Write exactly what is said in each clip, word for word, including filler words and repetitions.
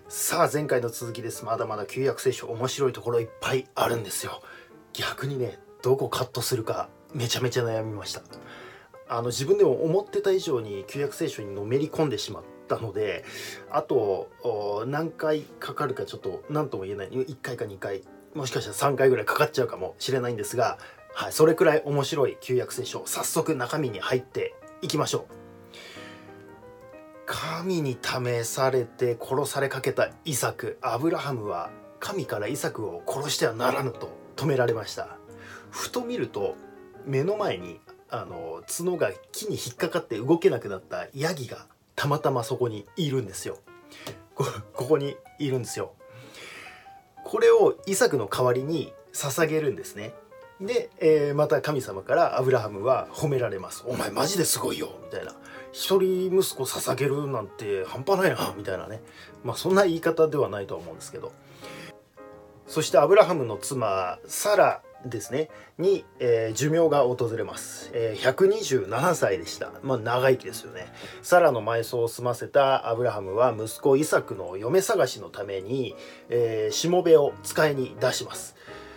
さあ前回の続きです。まだまだ旧約聖書面白いところいっぱいあるんですよ。逆にね、どこカットするかめちゃめちゃ悩みました。あの自分でも思ってた以上に旧約聖書にのめり込んでしまったので、あと何回かかるかちょっと何とも言えない。いっかいかにかい、もしかしたらさんかいぐらいかかっちゃうかもしれないんですが、はい、それくらい面白い旧約聖書、早速中身に入っていきましょう。神に試されて殺されかけたイサク。アブラハムは神からイサクを殺してはならぬと止められました。ふと見ると目の前にあの角が木に引っかかって動けなくなったヤギがたまたまそこにいるんですよ。こ, ここにいるんですよ。これをイサクの代わりに捧げるんですね。で、えー、また神様からアブラハムは褒められます。お前マジですごいよみたいな。一人息子捧げるなんて半端ないなみたいなね。まあそんな言い方ではないとは思うんですけど。そしてアブラハムの妻サラですねに、えー、寿命が訪れます、えー、ひゃくにじゅうななさいでした。まあ長生きですよね。サラの埋葬を済ませたアブラハムは息子イサクの嫁探しのために、えー、しもべを使いに出します。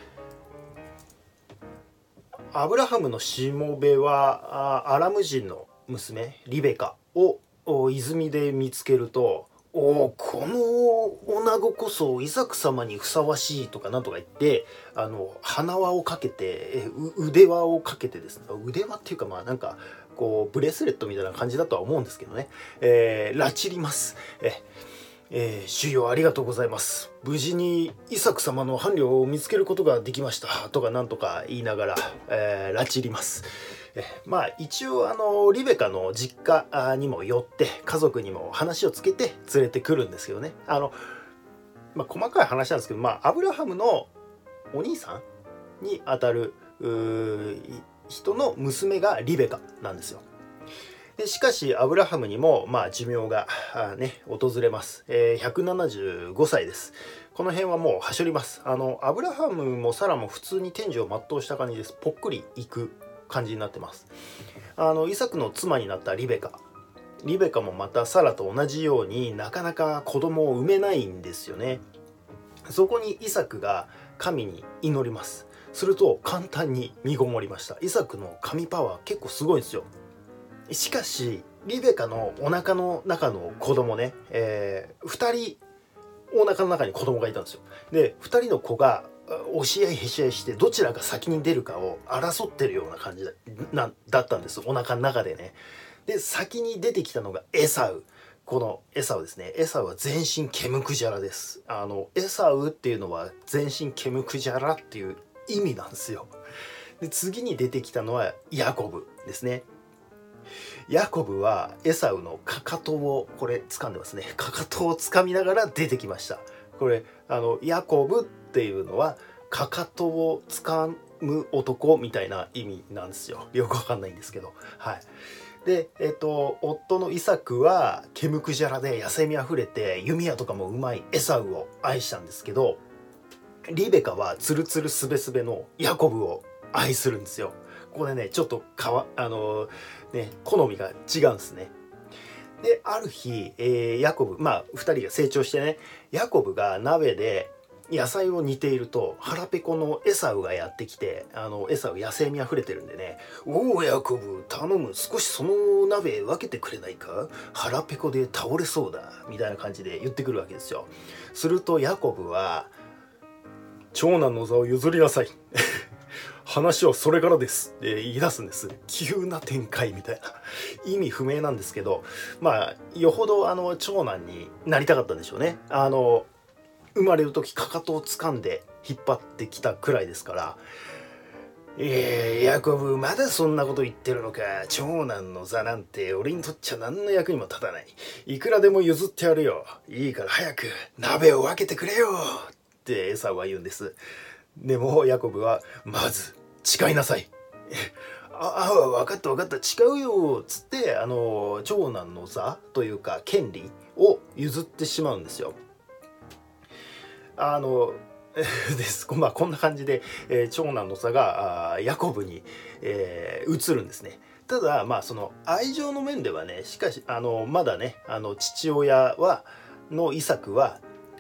アブラハムのしもべはアラム人の娘リベカを泉で見つけると、おこの女子こそイサク様にふさわしいとかなんとか言って、あの鼻輪をかけて腕輪をかけてですね、腕輪っていうかまあなんかこうブレスレットみたいな感じだとは思うんですけどね、えー、拉致ります。ええー、主よありがとうございます。無事にイサク様の伴侶を見つけることができましたとかなんとか言いながら、えー、拉致ります。えまあ一応あのリベカの実家にも寄って家族にも話をつけて連れてくるんですけどね。あの、まあ、細かい話なんですけど、まあ、アブラハムのお兄さんにあたる人の娘がリベカなんですよ。でしかしアブラハムにもまあ寿命がね訪れます、えー、ひゃくななじゅうごさいです。この辺はもうはしょります。あのアブラハムもサラも普通に天寿を全うした感じです。ぽっくりいく感じになってます。あのイサクの妻になったリベカリベカもまたサラと同じようになかなか子供を産めないんですよね。そこにイサクが神に祈ります。すると簡単に身ごもりました。イサクの神パワー結構すごいんですよ。しかしリベカのお腹の中の子供ね、えー、ふたりお腹の中に子供がいたんですよ。でふたりの子が押し合いへし合いしてどちらが先に出るかを争ってるような感じ だ, なだったんです。お腹の中でね。で先に出てきたのがエサウ。このエサウですね。エサウは全身毛むくじゃらです。あのエサウっていうのは全身毛むくじゃらっていう意味なんですよ。で次に出てきたのはヤコブですね。ヤコブはエサウのかかとをこれ掴んでますね。かかとを掴みながら出てきました。これあのヤコブっていうのはかかとを掴む男みたいな意味なんですよ。よくわかんないんですけど、はい。で、えっと夫のイサクは毛むくじゃらで野生味あふれて弓矢とかもうまいエサウを愛したんですけど、リベカはツルツルスベスベのヤコブを愛するんですよ。これねちょっとかわあのね好みが違うんですね。である日、えー、ヤコブまあふたりが成長してね、ヤコブが鍋で野菜を煮ていると腹ペコのエサウがやってきて、あのエサウ野生味あふれてるんでね、おおヤコブ頼む、少しその鍋分けてくれないか、腹ペコで倒れそうだみたいな感じで言ってくるわけですよ。するとヤコブは長男の座を譲りなさい話はそれからですって言い出すんです。急な展開みたいな意味不明なんですけど、まあよほどあの長男になりたかったんでしょうね。あの生まれる時かかとを掴んで引っ張ってきたくらいですから、えー、ヤコブまだそんなこと言ってるのか、長男の座なんて俺にとっちゃ何の役にも立たない、いくらでも譲ってやるよ、いいから早く鍋を分けてくれよってエサウは言うんです。でもヤコブはまず誓いなさいああ分かった分かった誓うよっつって、あの長男の座というか権利を譲ってしまうんですよ。あのですまあこんな感じで、えー、長男の座がヤコブに、えー、移るんですね。ただまあその愛情の面ではね、しかしあのまだねあの父親はのイサクは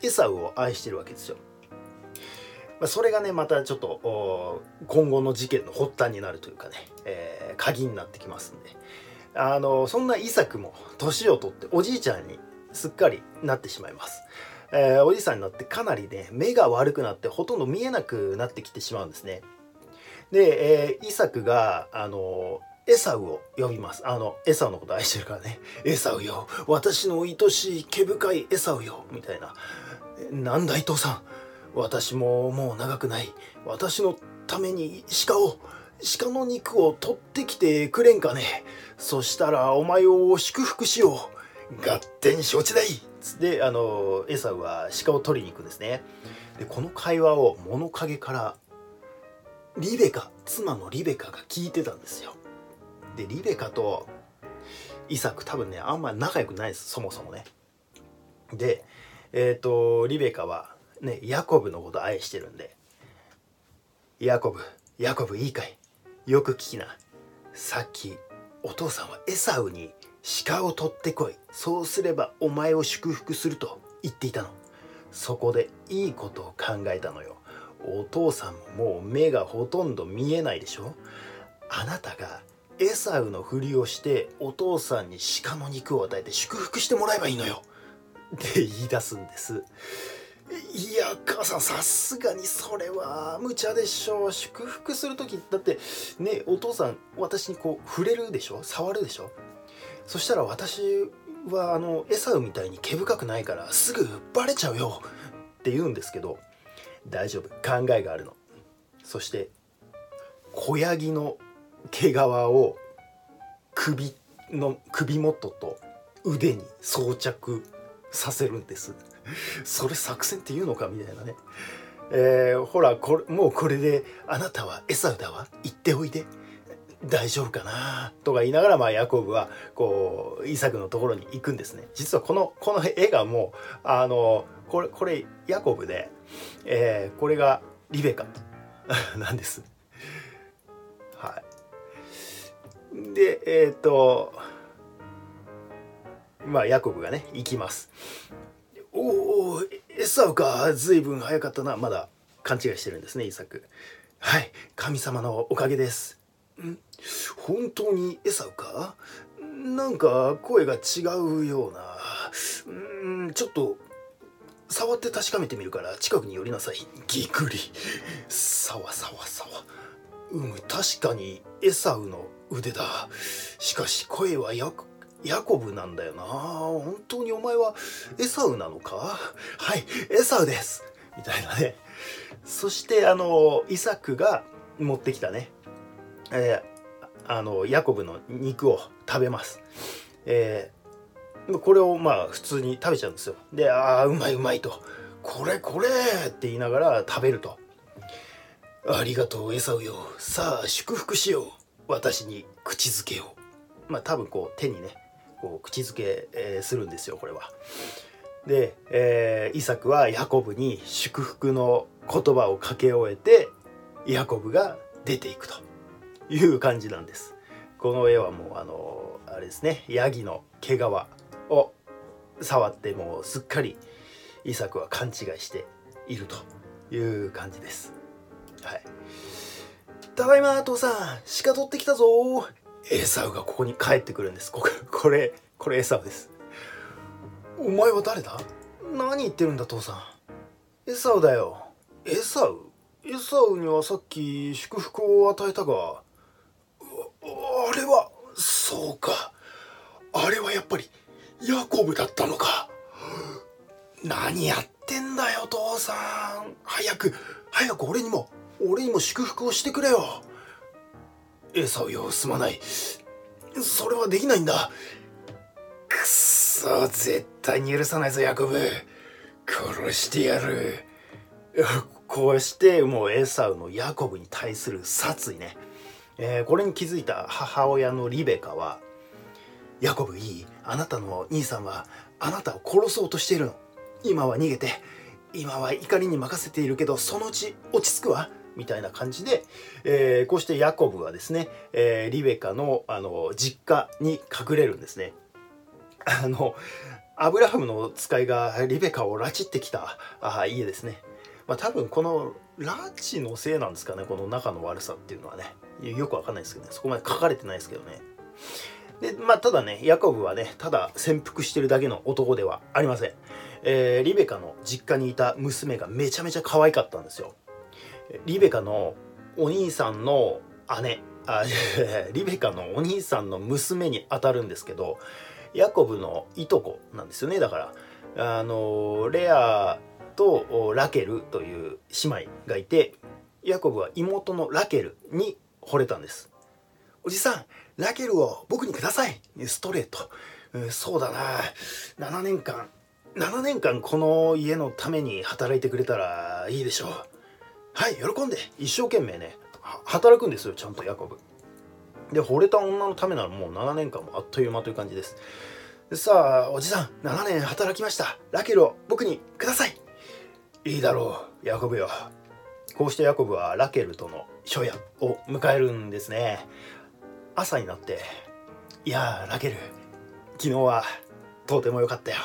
エサウを愛してるわけですよ。まあ、それがねまたちょっと今後の事件の発端になるというかね、えー、鍵になってきますんで、あのそんなイサクも年を取っておじいちゃんにすっかりなってしまいます。えー、おじいさんになってかなりね目が悪くなってほとんど見えなくなってきてしまうんですね。で、えー、イサクがあのエサウを呼びます。あのエサウのこと愛してるからね。エサウよ、私の愛しい毛深いエサウよ、みたいな。なんだい父さん、私ももう長くない。私のために鹿を鹿の肉を取ってきてくれんかね。そしたらお前を祝福しよう。合点承知だい。で、あのエサウは鹿を取りに行くんですね。でこの会話を物陰からリベカ、妻のリベカが聞いてたんですよ。でリベカとイサク多分ねあんま仲良くないです、そもそもね。でえっ、ー、とリベカはねヤコブのこと愛してるんで、ヤコブヤコブいいかい、よく聞きな。さっきお父さんはエサウに鹿を取ってこい、そうすればお前を祝福すると言っていたの。そこでいいことを考えたのよ。お父さんももう目がほとんど見えないでしょ。あなたがエサウのふりをしてお父さんに鹿の肉を与えて祝福してもらえばいいのよって言い出すんです。いや母さん、さすがにそれは無茶でしょう。祝福する時だってね、お父さん私にこう触れるでしょ、触るでしょ。そしたら私はあのエサウみたいに毛深くないからすぐバレちゃうよって言うんですけど、大丈夫、考えがあるの。そして子ヤギの毛皮を首の首元と腕に装着させるんです。それ作戦っていうのかみたいなね。えー、ほらこれもうこれであなたはエサウだわ、行っておいで、大丈夫かなとか言いながら、まあヤコブはこうイサクのところに行くんですね。実はこのこの絵がもうあのこれこれヤコブで、えー、これがリベカなんです。はい。でえっ、ー、とまあヤコブがね行きます。おお、エサウか、ずいぶん早かったな。まだ勘違いしてるんですねイサク。はい、神様のおかげです。ん、本当にエサウか？なんか声が違うような。うん、ちょっと触って確かめてみるから近くに寄りなさい。ギクリ。さわさわさわ。うむ、確かにエサウの腕だ。しかし声はヤコヤコブなんだよな。本当にお前はエサウなのか？はい、エサウです。みたいなね。そしてあのイサクが持ってきたね、えー、あのヤコブの肉を食べます。えー、これをまあ普通に食べちゃうんですよ。で、ああうまいうまいと、これこれって言いながら食べると。ありがとうエサウよ、さあ祝福しよう、私に口づけを。まあ多分こう手にねこう口づけ、えー、するんですよこれは。で、えー、イサクはヤコブに祝福の言葉をかけ終えてヤコブが出ていくという感じなんです。この絵はもうあのあれですね、ヤギの毛皮を触ってもうすっかりイサクは勘違いしているという感じです。はい。ただいま父さん、鹿取ってきたぞ。エサウがここに帰ってくるんです。これこれこれエサウです。お前は誰だ？何言ってるんだ父さん。エサウだよ。エサウ？エサウにはさっき祝福を与えたが、あれは、そうか、あれはやっぱりヤコブだったのか。何やってんだよ父さん、早く早く俺にも俺にも祝福をしてくれよ。エサウよ、すまない、それはできないんだ。くっそ、絶対に許さないぞヤコブ、殺してやる。こうしてもうエサウのヤコブに対する殺意ね、えー、これに気づいた母親のリベカは、ヤコブいい、あなたの兄さんはあなたを殺そうとしているの。今は逃げて、今は怒りに任せているけどそのうち落ち着くわ、みたいな感じで、えー、こうしてヤコブはですね、えー、リベカのあの実家に隠れるんですね。あのアブラハムの使いがリベカを拉致ってきたあ家ですね。まあ多分この拉致のせいなんですかね、この仲の悪さっていうのはね。よくわかんないですけどね、そこまで書かれてないですけどね。でまあただね、ヤコブはね、ただ潜伏してるだけの男ではありません。えー、リベカの実家にいた娘がめちゃめちゃ可愛かったんですよ。リベカのお兄さんの姉あリベカのお兄さんの娘にあたるんですけど、ヤコブのいとこなんですよね。だからあのレアとラケルという姉妹がいて、ヤコブは妹のラケルに惚れたんです。おじさん、ラケルを僕にください。ストレート。そうだな、ななねんかんななねんかんこの家のために働いてくれたらいいでしょう。はい、喜んで。一生懸命ね働くんですよ、ちゃんとヤコブで。惚れた女のためならもうななねんかんもあっという間という感じです。でさあ、おじさんななねん働きました、ラケルを僕にください。いいだろうヤコブよ。こうしてヤコブはラケルとの初夜を迎えるんですね。朝になって、いやーラケル、昨日はとても良かったよ。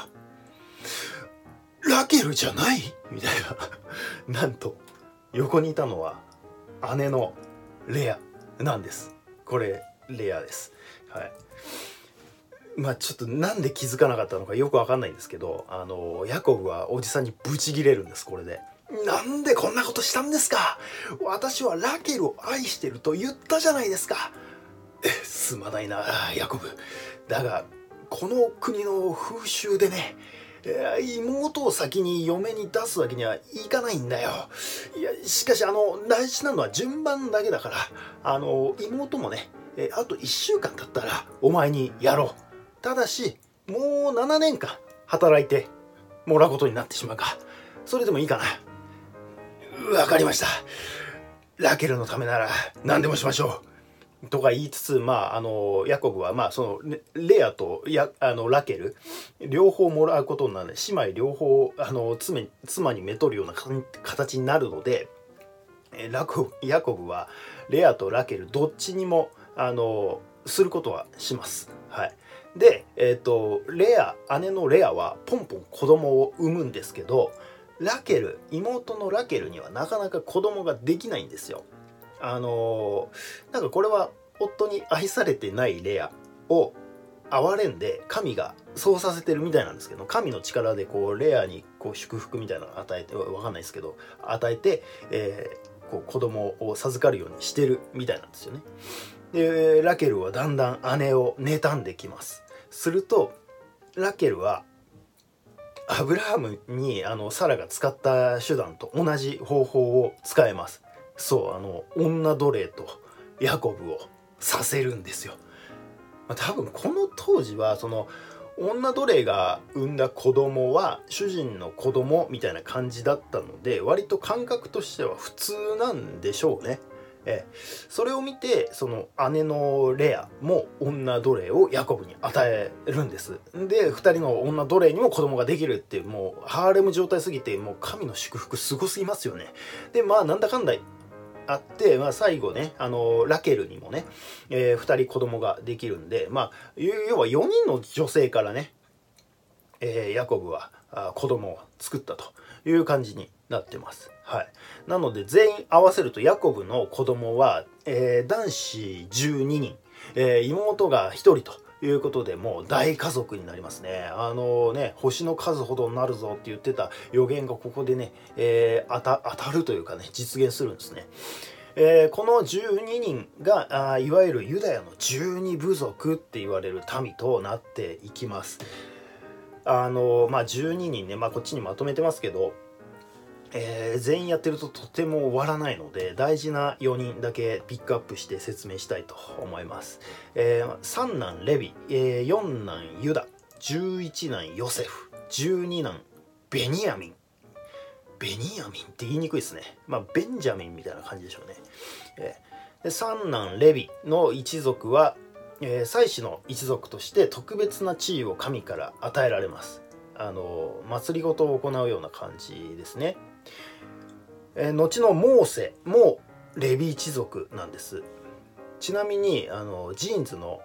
ラケルじゃないみたいななんと横にいたのは姉のレアなんです。これレアです。はい。まあちょっとなんで気づかなかったのかよくわかんないんですけど、あのヤコブはおじさんにブチギレるんです。これで、なんでこんなことしたんですか。私はラケルを愛してると言ったじゃないですか。すまないなヤコブ、だがこの国の風習でね、妹を先に嫁に出すわけにはいかないんだよ。いやしかしあの大事なのは順番だけだから、あの妹もね、あといっしゅうかん経ったらお前にやろう。ただしもうななねんかん働いてもらうことになってしまうか。それでもいいかな。わかりました、ラケルのためなら何でもしましょうとか言いつつ、まああのヤコブはまあそのレアとやあのラケル両方もらうことになる、姉妹両方あの妻に妻にめとるような形になるので、ラコヤコブはレアとラケルどっちにもあのすることはします。はい。で、えっとレア姉のレアはポンポン子供を産むんですけど、ラケル妹のラケルにはなかなか子供ができないんですよ。あのー、なんかこれは夫に愛されてないレアを憐れんで神がそうさせてるみたいなんですけど、神の力でこうレアにこう祝福みたいなのを与えて、わかんないですけど与えて、えー、こう子供を授かるようにしてるみたいなんですよね。でラケルはだんだん姉を妬んできます。するとラケルはアブラハムにあのサラが使った手段と同じ方法を使えます。そう、あの女奴隷とヤコブをさせるんですよ。まあ、多分この当時はその女奴隷が産んだ子供は主人の子供みたいな感じだったので、割と感覚としては普通なんでしょうね。えそれを見てその姉のレアも女奴隷をヤコブに与えるんです。でふたりの女奴隷にも子供ができるっていう、もうハーレム状態すぎてもう神の祝福すごすぎますよね。でまあなんだかんだあって、まあ、最後ねあのラケルにもね、えー、ふたり子供ができるんで、まあ要はよにんの女性からね、えー、ヤコブはあ子供を作ったという感じになってます。はい、なので全員合わせるとヤコブの子供は、えー、男子じゅうににん、えー、妹がひとりということでもう大家族になりますね。あのね星の数ほどになるぞって言ってた予言がここでね、えー、当た、当たるというかね実現するんですね。えー、このじゅうににんがあいわゆるユダヤの十二部族って言われる民となっていきます。あのまあじゅうににんね、まあ、こっちにまとめてますけど、えー、全員やってるととても終わらないので大事なよにんだけピックアップして説明したいと思います。えー、三男レビ、えー、四男ユダ、十一男ヨセフ、十二男ベニヤミン。ベニヤミンって言いにくいですね。まあベンジャミンみたいな感じでしょうね。えー、で三男レビの一族は、えー、祭司の一族として特別な地位を神から与えられます。あの祭りごとを行うような感じですね。えー、後のモーセもレビ一族なんです。ちなみにあのジーンズの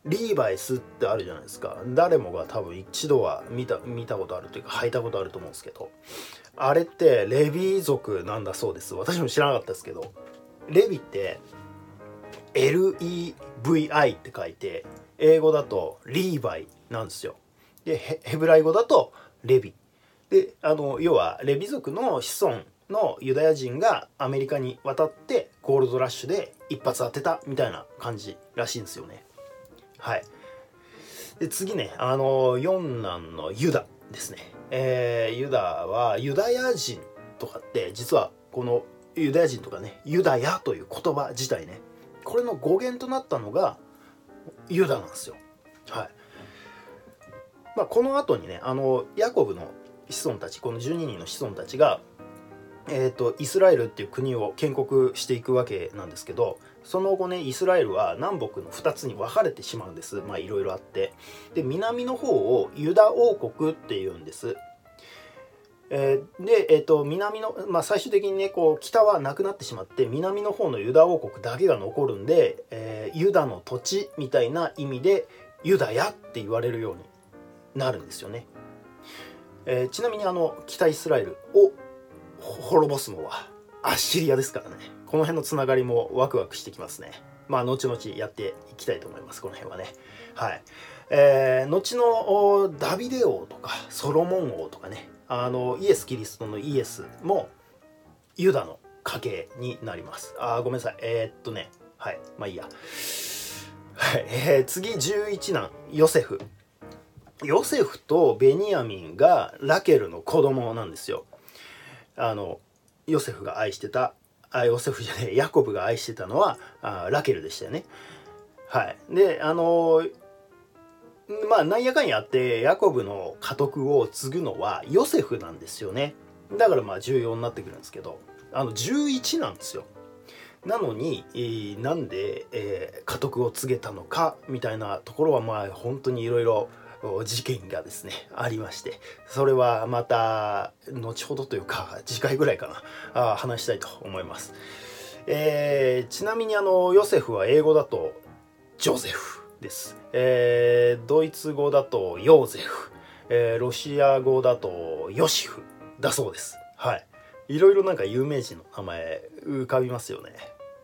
リーバイスってあるじゃないですか。誰もが多分一度は見た見たことあるというか履いたことあると思うんですけど、あれってレビ族なんだそうです。私も知らなかったですけど、レビって エルイーブイアイ って書いて、英語だとリーバイなんですよ。でヘヘブライ語だとレビで、あの要はレビ族の子孫のユダヤ人がアメリカに渡ってゴールドラッシュで一発当てたみたいな感じらしいんですよね。はい。で次ね、あの四男のユダですね。えー、ユダはユダヤ人とかって実はこのユダヤ人とかね、ユダヤという言葉自体ね、これの語源となったのがユダなんですよ。はい。まあこの後にね、あのヤコブの子孫たち、このじゅうににんの子孫たちがえーと、イスラエルっていう国を建国していくわけなんですけど、その後ね、イスラエルは南北のふたつに分かれてしまうんです。まあいろいろあって、で南の方をユダ王国っていうんです。えー、で、えーと、南の、まあ、最終的にねこう北はなくなってしまって南の方のユダ王国だけが残るんで、えー、ユダの土地みたいな意味でユダヤって言われるようになるんですよね。えー、ちなみにあの北イスラエルを滅ぼすのはアッシリアですからね。この辺のつながりもワクワクしてきますね。まあ後々やっていきたいと思います、この辺はね。はい。えー、後のダビデ王とかソロモン王とかね、あのイエス・キリストのイエスもユダの家系になります。あーごめんなさい。えー、っとねはいまあいいや。はい、えー、次じゅういち男ヨセフ。ヨセフとベニヤミンがラケルの子供なんですよ。あのヨセフが愛してたあヨセフじゃねえヤコブが愛してたのはあラケルでしたよね。はい。であのまあなんやかんやあってヤコブの家督を継ぐのはヨセフなんですよね。だからまあ重要になってくるんですけど、あのじゅういちなんですよ。なのに、えー、なんで、えー、家督を継げたのかみたいなところはまあ本当にいろいろ事件がですねありまして、それはまた後ほどというか次回ぐらいかなあ話したいと思います。えー、ちなみにあのヨセフは英語だとジョゼフです。えー、ドイツ語だとヨーゼフ、えー、ロシア語だとヨシフだそうです。はい。いろいろなんか有名人の名前浮かびますよね。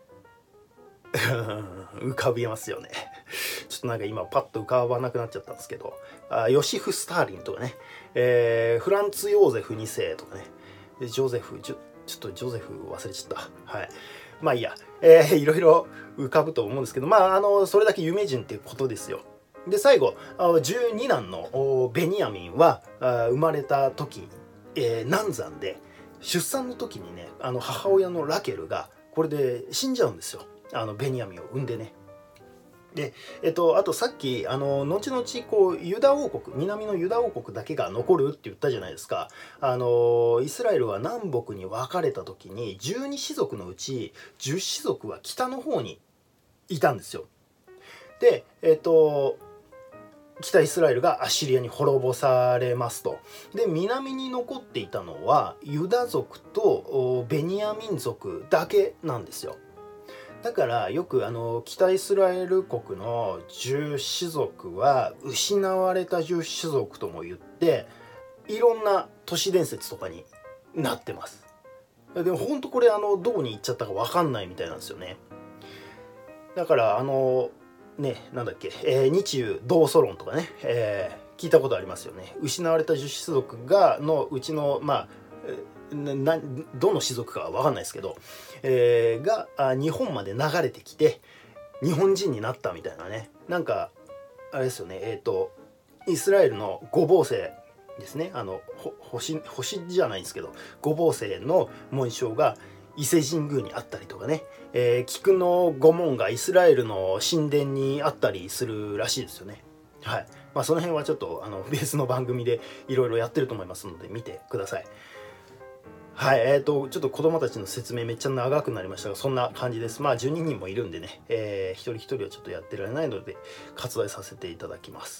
浮かびますよね。ちょっとなんか今パッと浮かばなくなっちゃったんですけど、あヨシフ・スターリンとかね、えー、フランツ・ヨーゼフにせいとかね、ジョゼフちょちょっとジョゼフ忘れちゃった。はい。まあいいや、えー、いろいろ浮かぶと思うんですけど、まああのそれだけ有名人っていうことですよ。で最後じゅうに男のベニヤミンは生まれた時、えー、難産で出産の時にね、あの母親のラケルがこれで死んじゃうんですよ。あのベニヤミンを産んでね。で、えっと、あとさっきあの後々こうユダ王国、南のユダ王国だけが残るって言ったじゃないですか。あのイスラエルは南北に分かれた時にじゅうに氏族のうちじゅう氏族は北の方にいたんですよ。で、えっと北イスラエルがアッシリアに滅ぼされますと。で南に残っていたのはユダ族とベニヤミン族だけなんですよ。だからよくあの北イスラエル国の十氏族は失われた十氏族とも言って、いろんな都市伝説とかになってます。でもほんとこれあのどこに行っちゃったか分かんないみたいなんですよね。だからあのねなんだっけ、えー、日中同祖論とかね、えー、聞いたことありますよね。失われた十氏族がのうちのまあなどの氏族かは分かんないですけど、えー、があ日本まで流れてきて日本人になったみたいなね。なんかあれですよね、えっとイスラエルの五芒星ですね、あの星星じゃないんですけど五芒星の紋章が伊勢神宮にあったりとかね、えー、菊の御紋がイスラエルの神殿にあったりするらしいですよね。はい。まあその辺はちょっとあのベースの番組でいろいろやってると思いますので見てください。はい、えーとちょっと子供たちの説明めっちゃ長くなりましたが、そんな感じです。まあじゅうににんもいるんでね、えー、一人一人はちょっとやってられないので割愛させていただきます。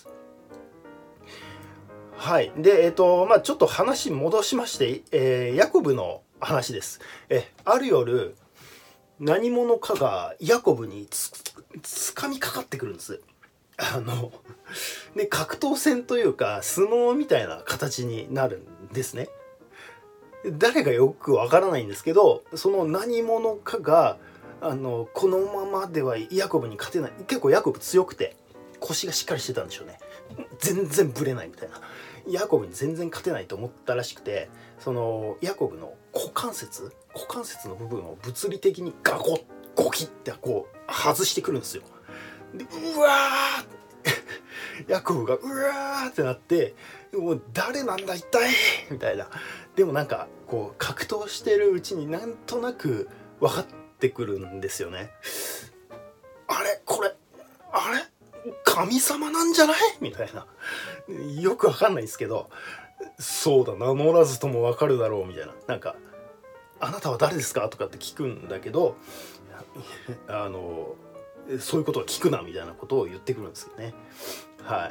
はい。でえっ、ー、とまあちょっと話戻しまして、えー、ヤコブの話です。えある夜何者かがヤコブにつ、つかみかかってくるんです。 あので格闘戦というか相撲みたいな形になるんですね。誰がよくわからないんですけど、その何者かがあのこのままではヤコブに勝てない、結構ヤコブ強くて腰がしっかりしてたんでしょうね。全然ブレないみたいな、ヤコブに全然勝てないと思ったらしくて、そのヤコブの股関節股関節の部分を物理的にガコッゴキってこう外してくるんですよ。でうわーヤコブがうわーってなって、もう誰なんだ一体みたいな。でもなんかこう格闘してるうちになんとなく分かってくるんですよね。あれこれあれ神様なんじゃないみたいな。よくわかんないんですけど、そうだ名乗らずともわかるだろうみたいな。なんかあなたは誰ですかとかって聞くんだけど、あのそういうことを聞くなみたいなことを言ってくるんですよね。はい。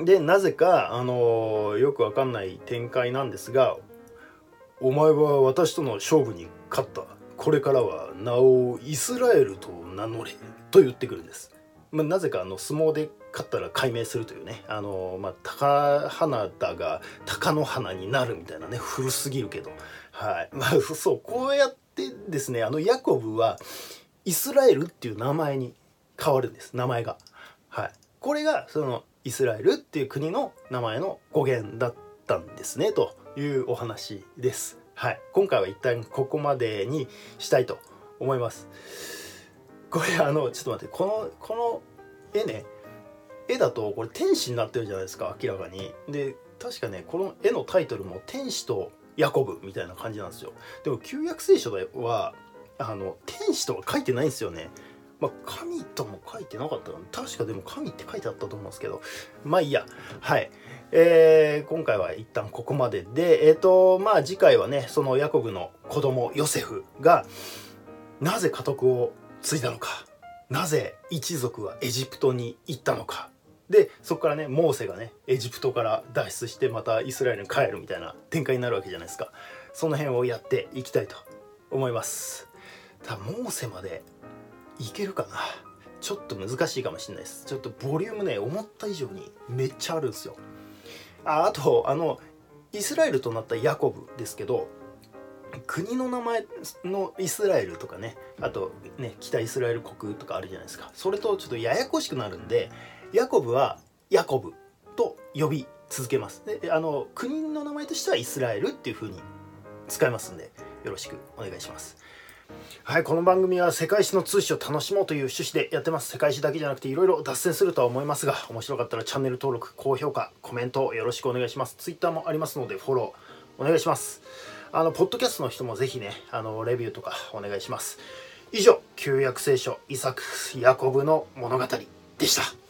でなぜかあのよくわかんない展開なんですが、お前は私との勝負に勝った、これからは名をイスラエルと名乗れと言ってくるんです。まあ、なぜかあの相撲で勝ったら改名するというね、あのまあ高花田が貴乃花になるみたいなね、古すぎるけど、はいまあそうこうやってですね、あのヤコブはイスラエルっていう名前に変わるんです、名前が。はい、これがそのイスラエルっていう国の名前の語源だったんですねというお話です。はい、今回は一旦ここまでにしたいと思います。これあのちょっと待って、このこの絵ね、絵だとこれ天使になってるじゃないですか、明らかに。で確かねこの絵のタイトルも天使とヤコブみたいな感じなんですよ。でも旧約聖書ではあの天使とは書いてないんですよね。まあ神とも書いてなかったかな、確か。でも神って書いてあったと思うんですけど、まあいいや。はい、えー、今回は一旦ここまでで、えっとまあ次回はね、そのヤコブの子供ヨセフがなぜ家督を継いだのか、なぜ一族はエジプトに行ったのか、でそこからねモーセがねエジプトから脱出してまたイスラエルに帰るみたいな展開になるわけじゃないですか。その辺をやっていきたいと思います。ただモーセまでいけるかな、ちょっと難しいかもしれないです。ちょっとボリュームね思った以上にめっちゃあるんですよ。ああとあのイスラエルとなったヤコブですけど、国の名前のイスラエルとかね、あとね北イスラエル国とかあるじゃないですか。それとちょっとややこしくなるんで、ヤコブはヤコブと呼び続けます。であの国の名前としてはイスラエルっていう風に使いますんで、よろしくお願いします。はい、この番組は世界史の通史を楽しもうという趣旨でやってます。世界史だけじゃなくていろいろ脱線するとは思いますが、面白かったらチャンネル登録、高評価、コメントよろしくお願いします。ツイッターもありますのでフォローお願いします。あのポッドキャストの人もぜひね、あのレビューとかお願いします。以上、旧約聖書イサク・ヤコブの物語でした。